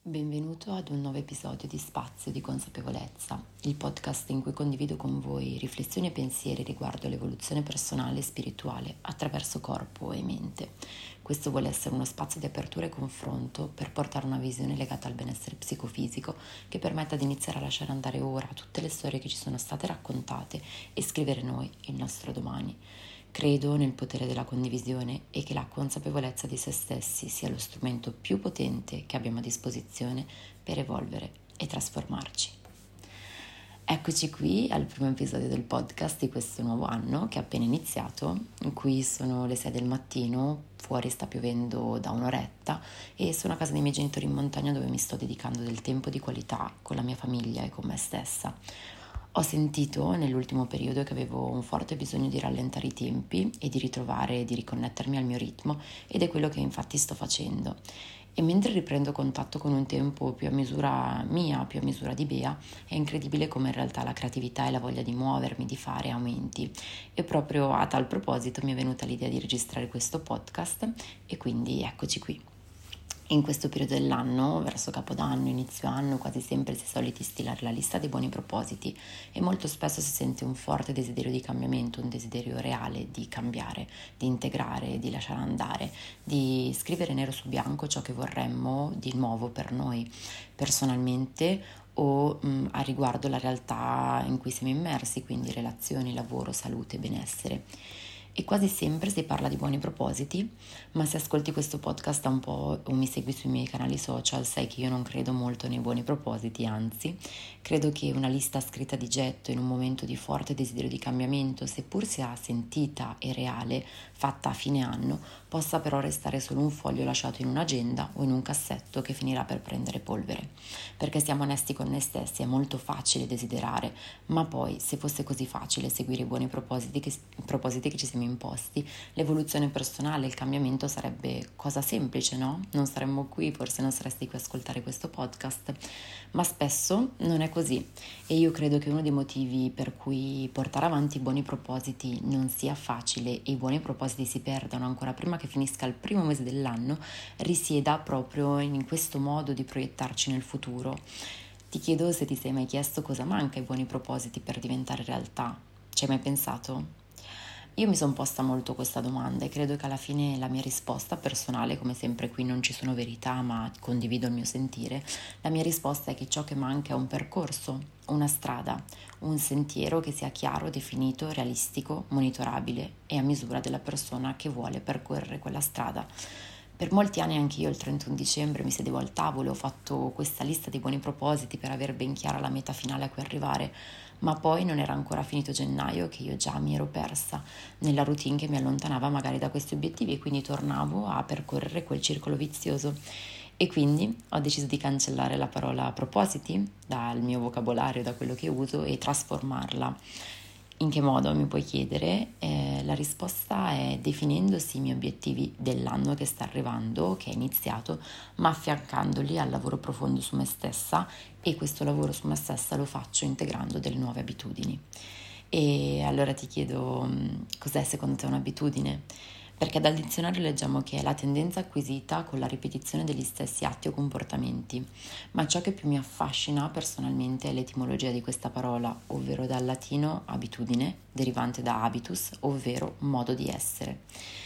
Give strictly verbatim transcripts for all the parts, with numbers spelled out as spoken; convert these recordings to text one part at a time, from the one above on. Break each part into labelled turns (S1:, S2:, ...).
S1: Benvenuto ad un nuovo episodio di Spazio di Consapevolezza, il podcast in cui condivido con voi riflessioni e pensieri riguardo l'evoluzione personale e spirituale attraverso corpo e mente. Questo vuole essere uno spazio di apertura e confronto per portare una visione legata al benessere psicofisico che permetta di iniziare a lasciare andare ora tutte le storie che ci sono state raccontate e scrivere noi il nostro domani. Credo nel potere della condivisione e che la consapevolezza di se stessi sia lo strumento più potente che abbiamo a disposizione per evolvere e trasformarci. Eccoci qui al primo episodio del podcast di questo nuovo anno che è appena iniziato, in cui sono le sei del mattino, fuori sta piovendo da un'oretta e sono a casa dei miei genitori in montagna dove mi sto dedicando del tempo di qualità con la mia famiglia e con me stessa. Ho sentito nell'ultimo periodo che avevo un forte bisogno di rallentare i tempi e di ritrovare e di riconnettermi al mio ritmo ed è quello che infatti sto facendo. E mentre riprendo contatto con un tempo più a misura mia, più a misura di Bea, è incredibile come in realtà la creatività e la voglia di muovermi, di fare aumenti. E proprio a tal proposito mi è venuta l'idea di registrare questo podcast e quindi eccoci qui. In questo periodo dell'anno, verso Capodanno, inizio anno, quasi sempre si è soliti stilare la lista dei buoni propositi e molto spesso si sente un forte desiderio di cambiamento, un desiderio reale di cambiare, di integrare, di lasciare andare, di scrivere nero su bianco ciò che vorremmo di nuovo per noi personalmente o mh, a riguardo la realtà in cui siamo immersi, quindi relazioni, lavoro, salute, benessere. E quasi sempre si parla di buoni propositi, ma se ascolti questo podcast da un po' o mi segui sui miei canali social sai che io non credo molto nei buoni propositi, anzi credo che una lista scritta di getto in un momento di forte desiderio di cambiamento, seppur sia sentita e reale, fatta a fine anno, possa però restare solo un foglio lasciato in un'agenda o in un cassetto che finirà per prendere polvere. Perché siamo onesti con noi stessi, è molto facile desiderare, ma poi se fosse così facile seguire i buoni propositi che, propositi che ci siamo imposti, l'evoluzione personale, il cambiamento sarebbe cosa semplice, no? Non saremmo qui, forse non saresti qui a ascoltare questo podcast, ma spesso non è così e io credo che uno dei motivi per cui portare avanti i buoni propositi non sia facile e i buoni propositi si perdano ancora prima che finisca il primo mese dell'anno risieda proprio in questo modo di proiettarci nel futuro. Ti chiedo se ti sei mai chiesto cosa manca ai buoni propositi per diventare realtà. Ci hai mai pensato? Io mi sono posta molto questa domanda e credo che alla fine la mia risposta personale, come sempre qui non ci sono verità ma condivido il mio sentire, la mia risposta è che ciò che manca è un percorso, una strada, un sentiero che sia chiaro, definito, realistico, monitorabile e a misura della persona che vuole percorrere quella strada. Per molti anni anche io il trentuno dicembre mi sedevo al tavolo, ho fatto questa lista di buoni propositi per aver ben chiara la meta finale a cui arrivare, ma poi non era ancora finito gennaio che io già mi ero persa nella routine che mi allontanava magari da questi obiettivi e quindi tornavo a percorrere quel circolo vizioso. E quindi ho deciso di cancellare la parola propositi dal mio vocabolario, da quello che uso e trasformarla. In che modo, mi puoi chiedere? Eh, la risposta è definendosi i miei obiettivi dell'anno che sta arrivando, che è iniziato, ma affiancandoli al lavoro profondo su me stessa e questo lavoro su me stessa lo faccio integrando delle nuove abitudini. E allora ti chiedo, cos'è secondo te un'abitudine? Perché dal dizionario leggiamo che è la tendenza acquisita con la ripetizione degli stessi atti o comportamenti, ma ciò che più mi affascina personalmente è l'etimologia di questa parola, ovvero dal latino abitudine, derivante da habitus, ovvero modo di essere.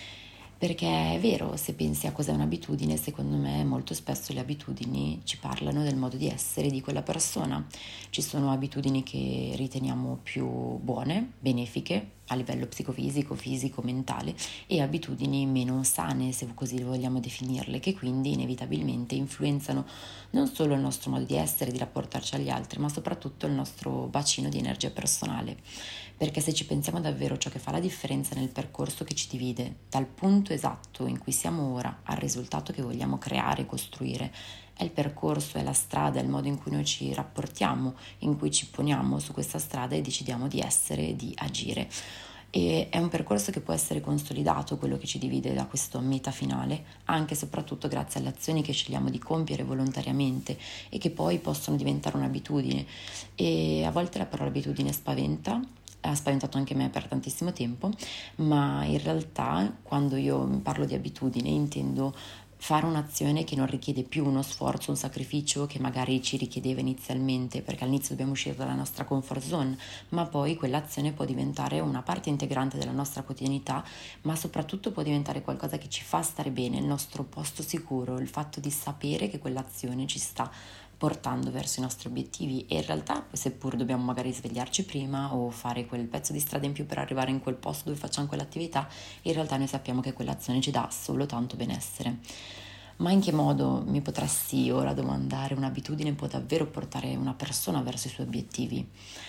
S1: Perché è vero, se pensi a cos'è un'abitudine, secondo me molto spesso le abitudini ci parlano del modo di essere di quella persona. Ci sono abitudini che riteniamo più buone, benefiche, a livello psicofisico, fisico, mentale, e abitudini meno sane, se così vogliamo definirle, che quindi inevitabilmente influenzano non solo il nostro modo di essere, di rapportarci agli altri, ma soprattutto il nostro bacino di energia personale. Perché se ci pensiamo davvero, ciò che fa la differenza nel percorso che ci divide dal punto esatto in cui siamo ora al risultato che vogliamo creare e costruire è il percorso, è la strada, è il modo in cui noi ci rapportiamo, in cui ci poniamo su questa strada e decidiamo di essere e di agire. E è un percorso che può essere consolidato, quello che ci divide da questo meta finale, anche e soprattutto grazie alle azioni che scegliamo di compiere volontariamente e che poi possono diventare un'abitudine. E a volte la parola abitudine spaventa, ha spaventato anche me per tantissimo tempo, ma in realtà quando io parlo di abitudine intendo fare un'azione che non richiede più uno sforzo, un sacrificio che magari ci richiedeva inizialmente, perché all'inizio dobbiamo uscire dalla nostra comfort zone, ma poi quell'azione può diventare una parte integrante della nostra quotidianità, ma soprattutto può diventare qualcosa che ci fa stare bene, il nostro posto sicuro, il fatto di sapere che quell'azione ci sta portando verso i nostri obiettivi. E in realtà, seppur dobbiamo magari svegliarci prima o fare quel pezzo di strada in più per arrivare in quel posto dove facciamo quell'attività, in realtà noi sappiamo che quell'azione ci dà solo tanto benessere. Ma in che modo, mi potresti ora domandare, un'abitudine può davvero portare una persona verso i suoi obiettivi?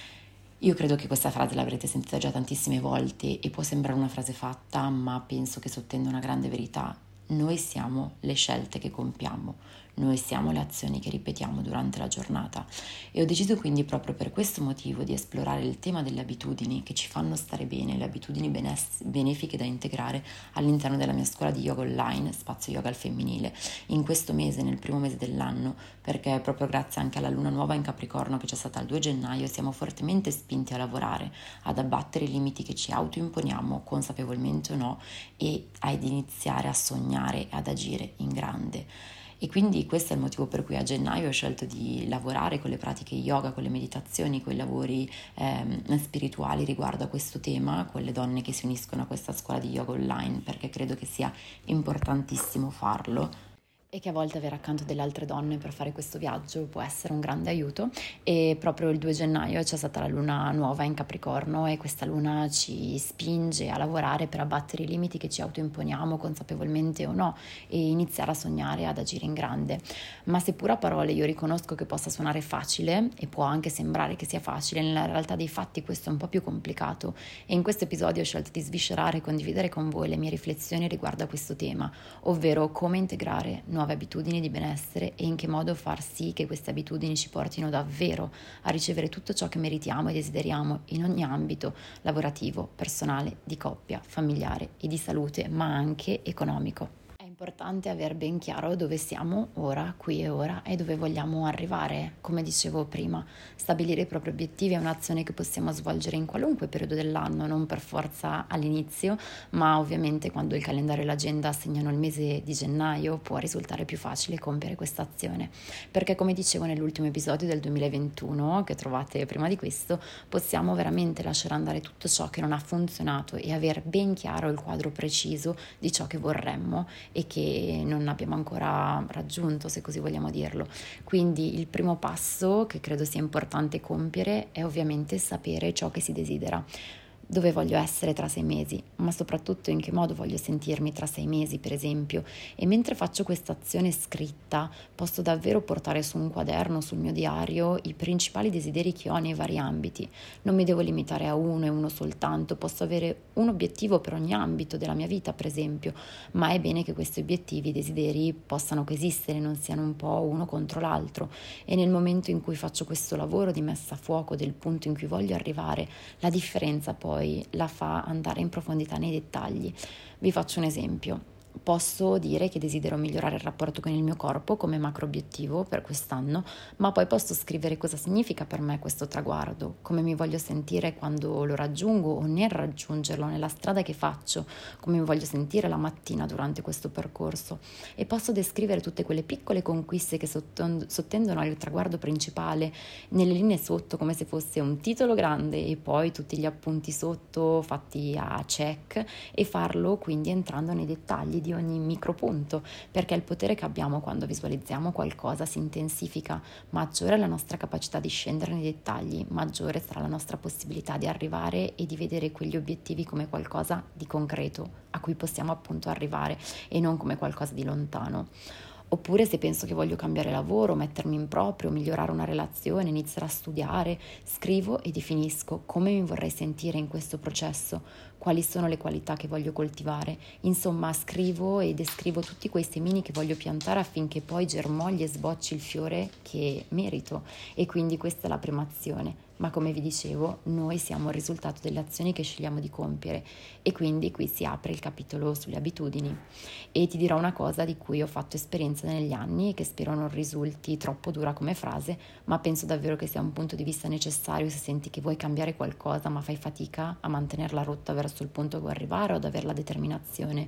S1: Io credo che questa frase l'avrete sentita già tantissime volte e può sembrare una frase fatta, ma penso che sottende una grande verità. Noi siamo le scelte che compiamo, noi siamo le azioni che ripetiamo durante la giornata, e ho deciso quindi proprio per questo motivo di esplorare il tema delle abitudini che ci fanno stare bene, le abitudini beness- benefiche da integrare all'interno della mia scuola di yoga online, Spazio Yoga al Femminile, in questo mese, nel primo mese dell'anno, perché proprio grazie anche alla luna nuova in Capricorno che c'è stata il due gennaio siamo fortemente spinti a lavorare, ad abbattere i limiti che ci autoimponiamo, consapevolmente o no, e ad iniziare a sognare e ad agire in grande. E quindi questo è il motivo per cui a gennaio ho scelto di lavorare con le pratiche yoga, con le meditazioni, con i lavori ehm, spirituali riguardo a questo tema, con le donne che si uniscono a questa scuola di yoga online, perché credo che sia importantissimo farlo e che a volte avere accanto delle altre donne per fare questo viaggio può essere un grande aiuto. E proprio il due gennaio c'è stata la luna nuova in Capricorno e questa luna ci spinge a lavorare per abbattere i limiti che ci autoimponiamo, consapevolmente o no, e iniziare a sognare, ad agire in grande. Ma seppur a parole io riconosco che possa suonare facile e può anche sembrare che sia facile, nella realtà dei fatti questo è un po' più complicato, e in questo episodio ho scelto di sviscerare e condividere con voi le mie riflessioni riguardo a questo tema, ovvero come integrare nuove abitudini di benessere e in che modo far sì che queste abitudini ci portino davvero a ricevere tutto ciò che meritiamo e desideriamo in ogni ambito lavorativo, personale, di coppia, familiare e di salute, ma anche economico. È importante aver ben chiaro dove siamo ora, qui e ora, e dove vogliamo arrivare. Come dicevo prima, stabilire i propri obiettivi è un'azione che possiamo svolgere in qualunque periodo dell'anno, non per forza all'inizio, ma ovviamente quando il calendario e l'agenda segnano il mese di gennaio può risultare più facile compiere questa azione, perché come dicevo nell'ultimo episodio del duemilaventuno, che trovate prima di questo, possiamo veramente lasciare andare tutto ciò che non ha funzionato e aver ben chiaro il quadro preciso di ciò che vorremmo e che non abbiamo ancora raggiunto, se così vogliamo dirlo. Quindi il primo passo che credo sia importante compiere è ovviamente sapere ciò che si desidera. Dove voglio essere tra sei mesi, ma soprattutto in che modo voglio sentirmi tra sei mesi, per esempio. E mentre faccio questa azione scritta, posso davvero portare su un quaderno, sul mio diario, i principali desideri che ho nei vari ambiti. Non mi devo limitare a uno e uno soltanto, posso avere un obiettivo per ogni ambito della mia vita, per esempio, ma è bene che questi obiettivi, desideri, possano coesistere, non siano un po' uno contro l'altro. E nel momento in cui faccio questo lavoro di messa a fuoco del punto in cui voglio arrivare, la differenza poi la fa andare in profondità nei dettagli. Vi faccio un esempio. Posso dire che desidero migliorare il rapporto con il mio corpo come macro obiettivo per quest'anno, ma poi posso scrivere cosa significa per me questo traguardo, come mi voglio sentire quando lo raggiungo o nel raggiungerlo, nella strada che faccio, come mi voglio sentire la mattina durante questo percorso, e posso descrivere tutte quelle piccole conquiste che sottendono al traguardo principale nelle linee sotto, come se fosse un titolo grande e poi tutti gli appunti sotto fatti a check, e farlo quindi entrando nei dettagli di ogni micropunto, perché il potere che abbiamo quando visualizziamo qualcosa si intensifica. Maggiore è la nostra capacità di scendere nei dettagli, maggiore sarà la nostra possibilità di arrivare e di vedere quegli obiettivi come qualcosa di concreto a cui possiamo appunto arrivare e non come qualcosa di lontano. Oppure se penso che voglio cambiare lavoro, mettermi in proprio, migliorare una relazione, iniziare a studiare, scrivo e definisco come mi vorrei sentire in questo processo, quali sono le qualità che voglio coltivare. Insomma, scrivo e descrivo tutti quei semini che voglio piantare affinché poi germogli e sbocci il fiore che merito. E quindi questa è la prima azione. Ma come vi dicevo, noi siamo il risultato delle azioni che scegliamo di compiere, e quindi qui si apre il capitolo sulle abitudini. E ti dirò una cosa di cui ho fatto esperienza negli anni e che spero non risulti troppo dura come frase, ma penso davvero che sia un punto di vista necessario se senti che vuoi cambiare qualcosa ma fai fatica a mantenere la rotta verso il punto che vuoi arrivare o ad avere la determinazione,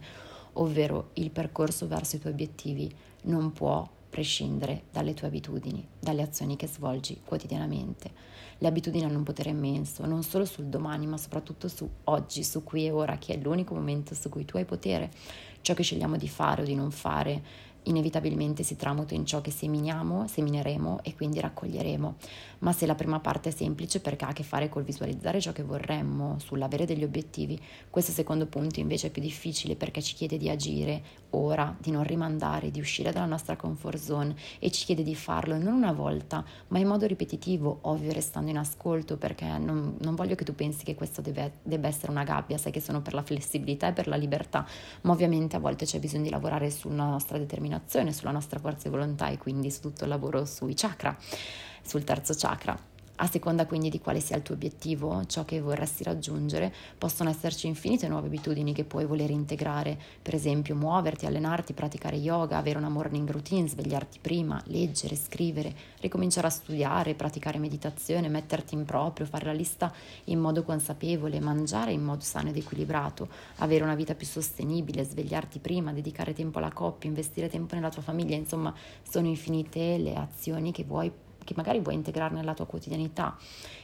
S1: ovvero il percorso verso i tuoi obiettivi non può prescindere dalle tue abitudini, dalle azioni che svolgi quotidianamente. Le abitudini hanno un potere immenso, non solo sul domani, ma soprattutto su oggi, su qui e ora, che è l'unico momento su cui tu hai potere. Ciò che scegliamo di fare o di non fare inevitabilmente si tramuta in ciò che seminiamo, semineremo e quindi raccoglieremo. Ma se la prima parte è semplice perché ha a che fare col visualizzare ciò che vorremmo, sull'avere degli obiettivi, questo secondo punto invece è più difficile perché ci chiede di agire ora, di non rimandare, di uscire dalla nostra comfort zone e ci chiede di farlo non una volta, ma in modo ripetitivo, ovvio restando in ascolto, perché non, non voglio che tu pensi che questo deve, debba essere una gabbia, sai che sono per la flessibilità e per la libertà, ma ovviamente a volte c'è bisogno di lavorare sulla nostra determinazione, sulla nostra forza di volontà e quindi su tutto il lavoro sui chakra, sul terzo chakra. A seconda quindi di quale sia il tuo obiettivo, ciò che vorresti raggiungere, possono esserci infinite nuove abitudini che puoi voler integrare, per esempio muoverti, allenarti, praticare yoga, avere una morning routine, svegliarti prima, leggere, scrivere, ricominciare a studiare, praticare meditazione, metterti in proprio, fare la lista in modo consapevole, mangiare in modo sano ed equilibrato, avere una vita più sostenibile, svegliarti prima, dedicare tempo alla coppia, investire tempo nella tua famiglia, insomma sono infinite le azioni che vuoi che magari vuoi integrare nella tua quotidianità.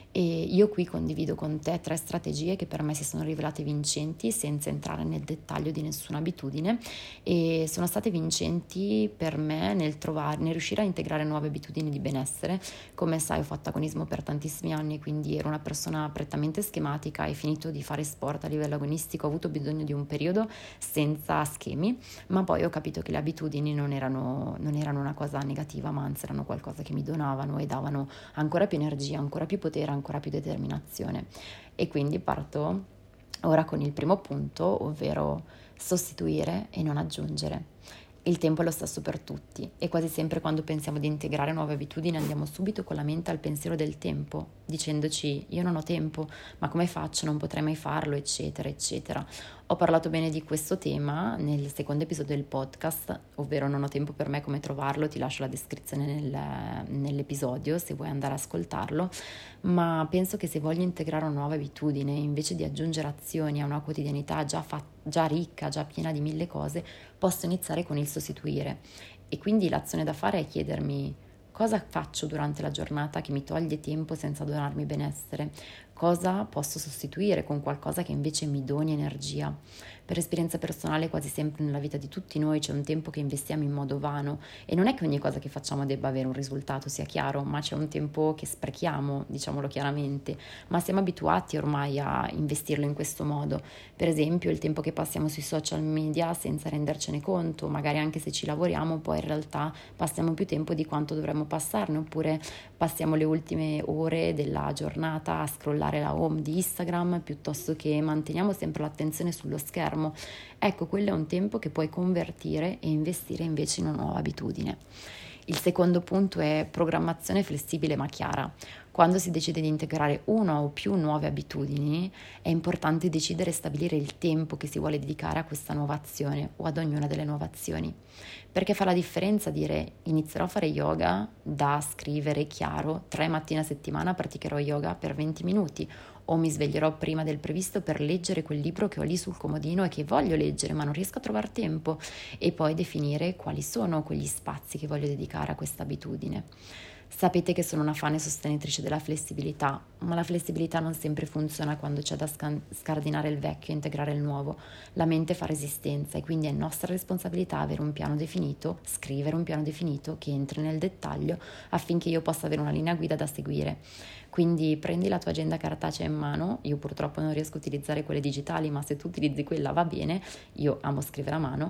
S1: E io qui condivido con te tre strategie che per me si sono rivelate vincenti senza entrare nel dettaglio di nessuna abitudine e sono state vincenti per me nel trovare, nel riuscire a integrare nuove abitudini di benessere. Come sai, ho fatto agonismo per tantissimi anni, quindi ero una persona prettamente schematica e finito di fare sport a livello agonistico ho avuto bisogno di un periodo senza schemi, ma poi ho capito che le abitudini non erano, non erano una cosa negativa, ma anzi erano qualcosa che mi donavano e davano ancora più energia, ancora più potere, ancora più determinazione. E quindi parto ora con il primo punto, ovvero sostituire e non aggiungere. Il tempo è lo stesso per tutti e quasi sempre quando pensiamo di integrare nuove abitudini andiamo subito con la mente al pensiero del tempo, dicendoci io non ho tempo, ma come faccio, non potrei mai farlo, eccetera, eccetera. Ho parlato bene di questo tema nel secondo episodio del podcast, ovvero non ho tempo per me, come trovarlo, ti lascio la descrizione nel, nell'episodio se vuoi andare ad ascoltarlo, ma penso che se voglio integrare una nuova abitudine, invece di aggiungere azioni a una quotidianità già, fa- già ricca, già piena di mille cose, posso iniziare con il sostituire. E quindi l'azione da fare è chiedermi cosa faccio durante la giornata che mi toglie tempo senza donarmi benessere, cosa posso sostituire con qualcosa che invece mi doni energia. Per esperienza personale quasi sempre nella vita di tutti noi c'è un tempo che investiamo in modo vano e non è che ogni cosa che facciamo debba avere un risultato, sia chiaro, ma c'è un tempo che sprechiamo, diciamolo chiaramente, ma siamo abituati ormai a investirlo in questo modo. Per esempio il tempo che passiamo sui social media senza rendercene conto, magari anche se ci lavoriamo poi in realtà passiamo più tempo di quanto dovremmo passarne, oppure passiamo le ultime ore della giornata a scrollare la home di Instagram piuttosto che manteniamo sempre l'attenzione sullo schermo. Ecco, quello è un tempo che puoi convertire e investire invece in una nuova abitudine. Il secondo punto è programmazione flessibile ma chiara. Quando si decide di integrare una o più nuove abitudini, è importante decidere e stabilire il tempo che si vuole dedicare a questa nuova azione o ad ognuna delle nuove azioni. Perché fa la differenza dire inizierò a fare yoga da scrivere chiaro, tre mattine a settimana praticherò yoga per venti minuti, o mi sveglierò prima del previsto per leggere quel libro che ho lì sul comodino e che voglio leggere ma non riesco a trovare tempo, e poi definire quali sono quegli spazi che voglio dedicare a questa abitudine. Sapete che sono una fan e sostenitrice della flessibilità, ma la flessibilità non sempre funziona quando c'è da scan- scardinare il vecchio e integrare il nuovo. La mente fa resistenza e quindi è nostra responsabilità avere un piano definito, scrivere un piano definito che entri nel dettaglio affinché io possa avere una linea guida da seguire. Quindi prendi la tua agenda cartacea in mano, io purtroppo non riesco a utilizzare quelle digitali, ma se tu utilizzi quella va bene, io amo scrivere a mano,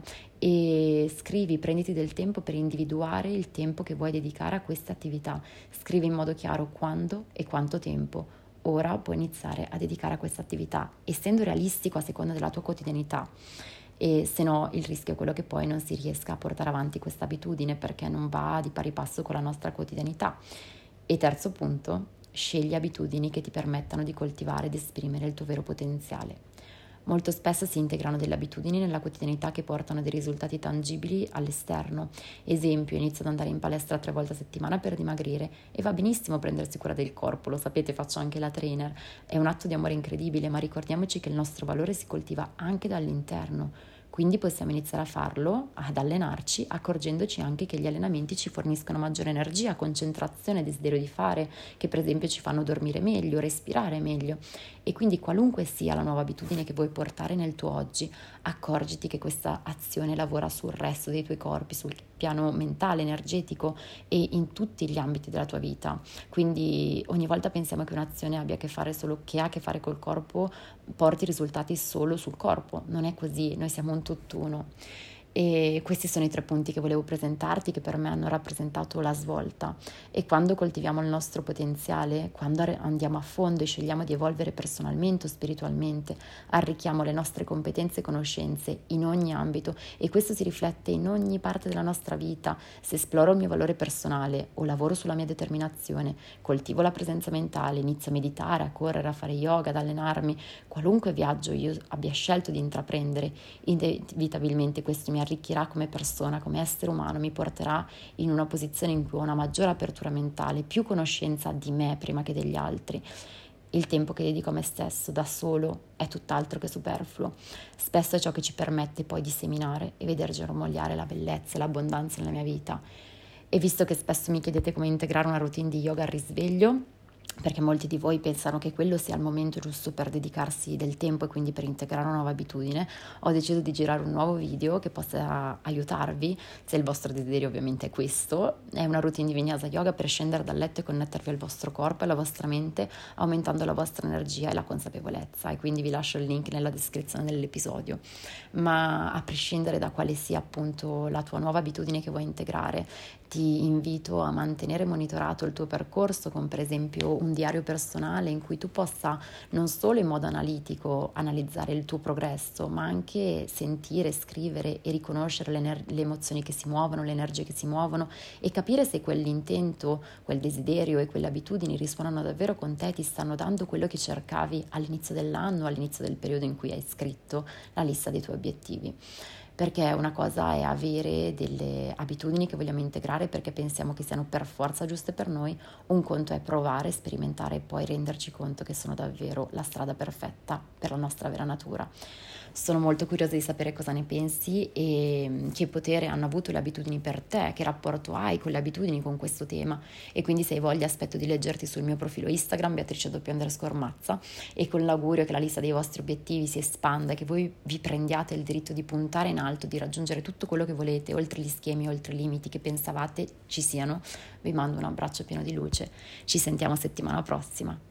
S1: e scrivi, prenditi del tempo per individuare il tempo che vuoi dedicare a queste attività, scrivi in modo chiaro quando e quanto tempo. Ora puoi iniziare a dedicare a questa attività, essendo realistico a seconda della tua quotidianità. E se no il rischio è quello che poi non si riesca a portare avanti questa abitudine perché non va di pari passo con la nostra quotidianità. E terzo punto, scegli abitudini che ti permettano di coltivare ed esprimere il tuo vero potenziale. Molto spesso si integrano delle abitudini nella quotidianità che portano dei risultati tangibili all'esterno. Esempio, inizio ad andare in palestra tre volte a settimana per dimagrire e va benissimo prendersi cura del corpo, lo sapete, faccio anche la trainer. È un atto di amore incredibile, ma ricordiamoci che il nostro valore si coltiva anche dall'interno. Quindi possiamo iniziare a farlo, ad allenarci, accorgendoci anche che gli allenamenti ci forniscono maggiore energia, concentrazione, desiderio di fare, che per esempio ci fanno dormire meglio, respirare meglio. E quindi qualunque sia la nuova abitudine che vuoi portare nel tuo oggi, accorgiti che questa azione lavora sul resto dei tuoi corpi, sul piano mentale, energetico e in tutti gli ambiti della tua vita. Quindi ogni volta pensiamo che un'azione abbia a che fare solo che ha a che fare col corpo, porti risultati solo sul corpo. Non è così, noi siamo un tutt'uno. E questi sono i tre punti che volevo presentarti, che per me hanno rappresentato la svolta. E quando coltiviamo il nostro potenziale, quando andiamo a fondo e scegliamo di evolvere personalmente o spiritualmente, arricchiamo le nostre competenze e conoscenze in ogni ambito, e questo si riflette in ogni parte della nostra vita. Se esploro il mio valore personale o lavoro sulla mia determinazione, coltivo la presenza mentale, inizio a meditare, a correre, a fare yoga, ad allenarmi, qualunque viaggio io abbia scelto di intraprendere, inevitabilmente questo mi arricchirà come persona, come essere umano, mi porterà in una posizione in cui ho una maggiore apertura mentale, più conoscenza di me prima che degli altri. Il tempo che dedico a me stesso da solo è tutt'altro che superfluo. Spesso è ciò che ci permette poi di seminare e veder germogliare la bellezza e l'abbondanza nella mia vita. E visto che spesso mi chiedete come integrare una routine di yoga al risveglio, perché molti di voi pensano che quello sia il momento giusto per dedicarsi del tempo e quindi per integrare una nuova abitudine, ho deciso di girare un nuovo video che possa aiutarvi, se il vostro desiderio ovviamente è questo. È una routine di Vinyasa Yoga per scendere dal letto e connettervi al vostro corpo e alla vostra mente, aumentando la vostra energia e la consapevolezza, e quindi vi lascio il link nella descrizione dell'episodio. Ma a prescindere da quale sia appunto la tua nuova abitudine che vuoi integrare, ti invito a mantenere monitorato il tuo percorso con per esempio un diario personale in cui tu possa non solo in modo analitico analizzare il tuo progresso, ma anche sentire, scrivere e riconoscere le, ener- le emozioni che si muovono, le energie che si muovono, e capire se quell'intento, quel desiderio e quelle abitudini risuonano davvero con te, ti stanno dando quello che cercavi all'inizio dell'anno, all'inizio del periodo in cui hai scritto la lista dei tuoi obiettivi. Perché una cosa è avere delle abitudini che vogliamo integrare perché pensiamo che siano per forza giuste per noi, un conto è provare, sperimentare e poi renderci conto che sono davvero la strada perfetta per la nostra vera natura. Sono molto curiosa di sapere cosa ne pensi e che potere hanno avuto le abitudini per te, che rapporto hai con le abitudini, con questo tema. E quindi se hai voglia aspetto di leggerti sul mio profilo Instagram Beatrice doppio underscore Mazza, e con l'augurio che la lista dei vostri obiettivi si espanda e che voi vi prendiate il diritto di puntare in alto, di raggiungere tutto quello che volete, oltre gli schemi, oltre i limiti che pensavate ci siano. Vi mando un abbraccio pieno di luce, ci sentiamo settimana prossima.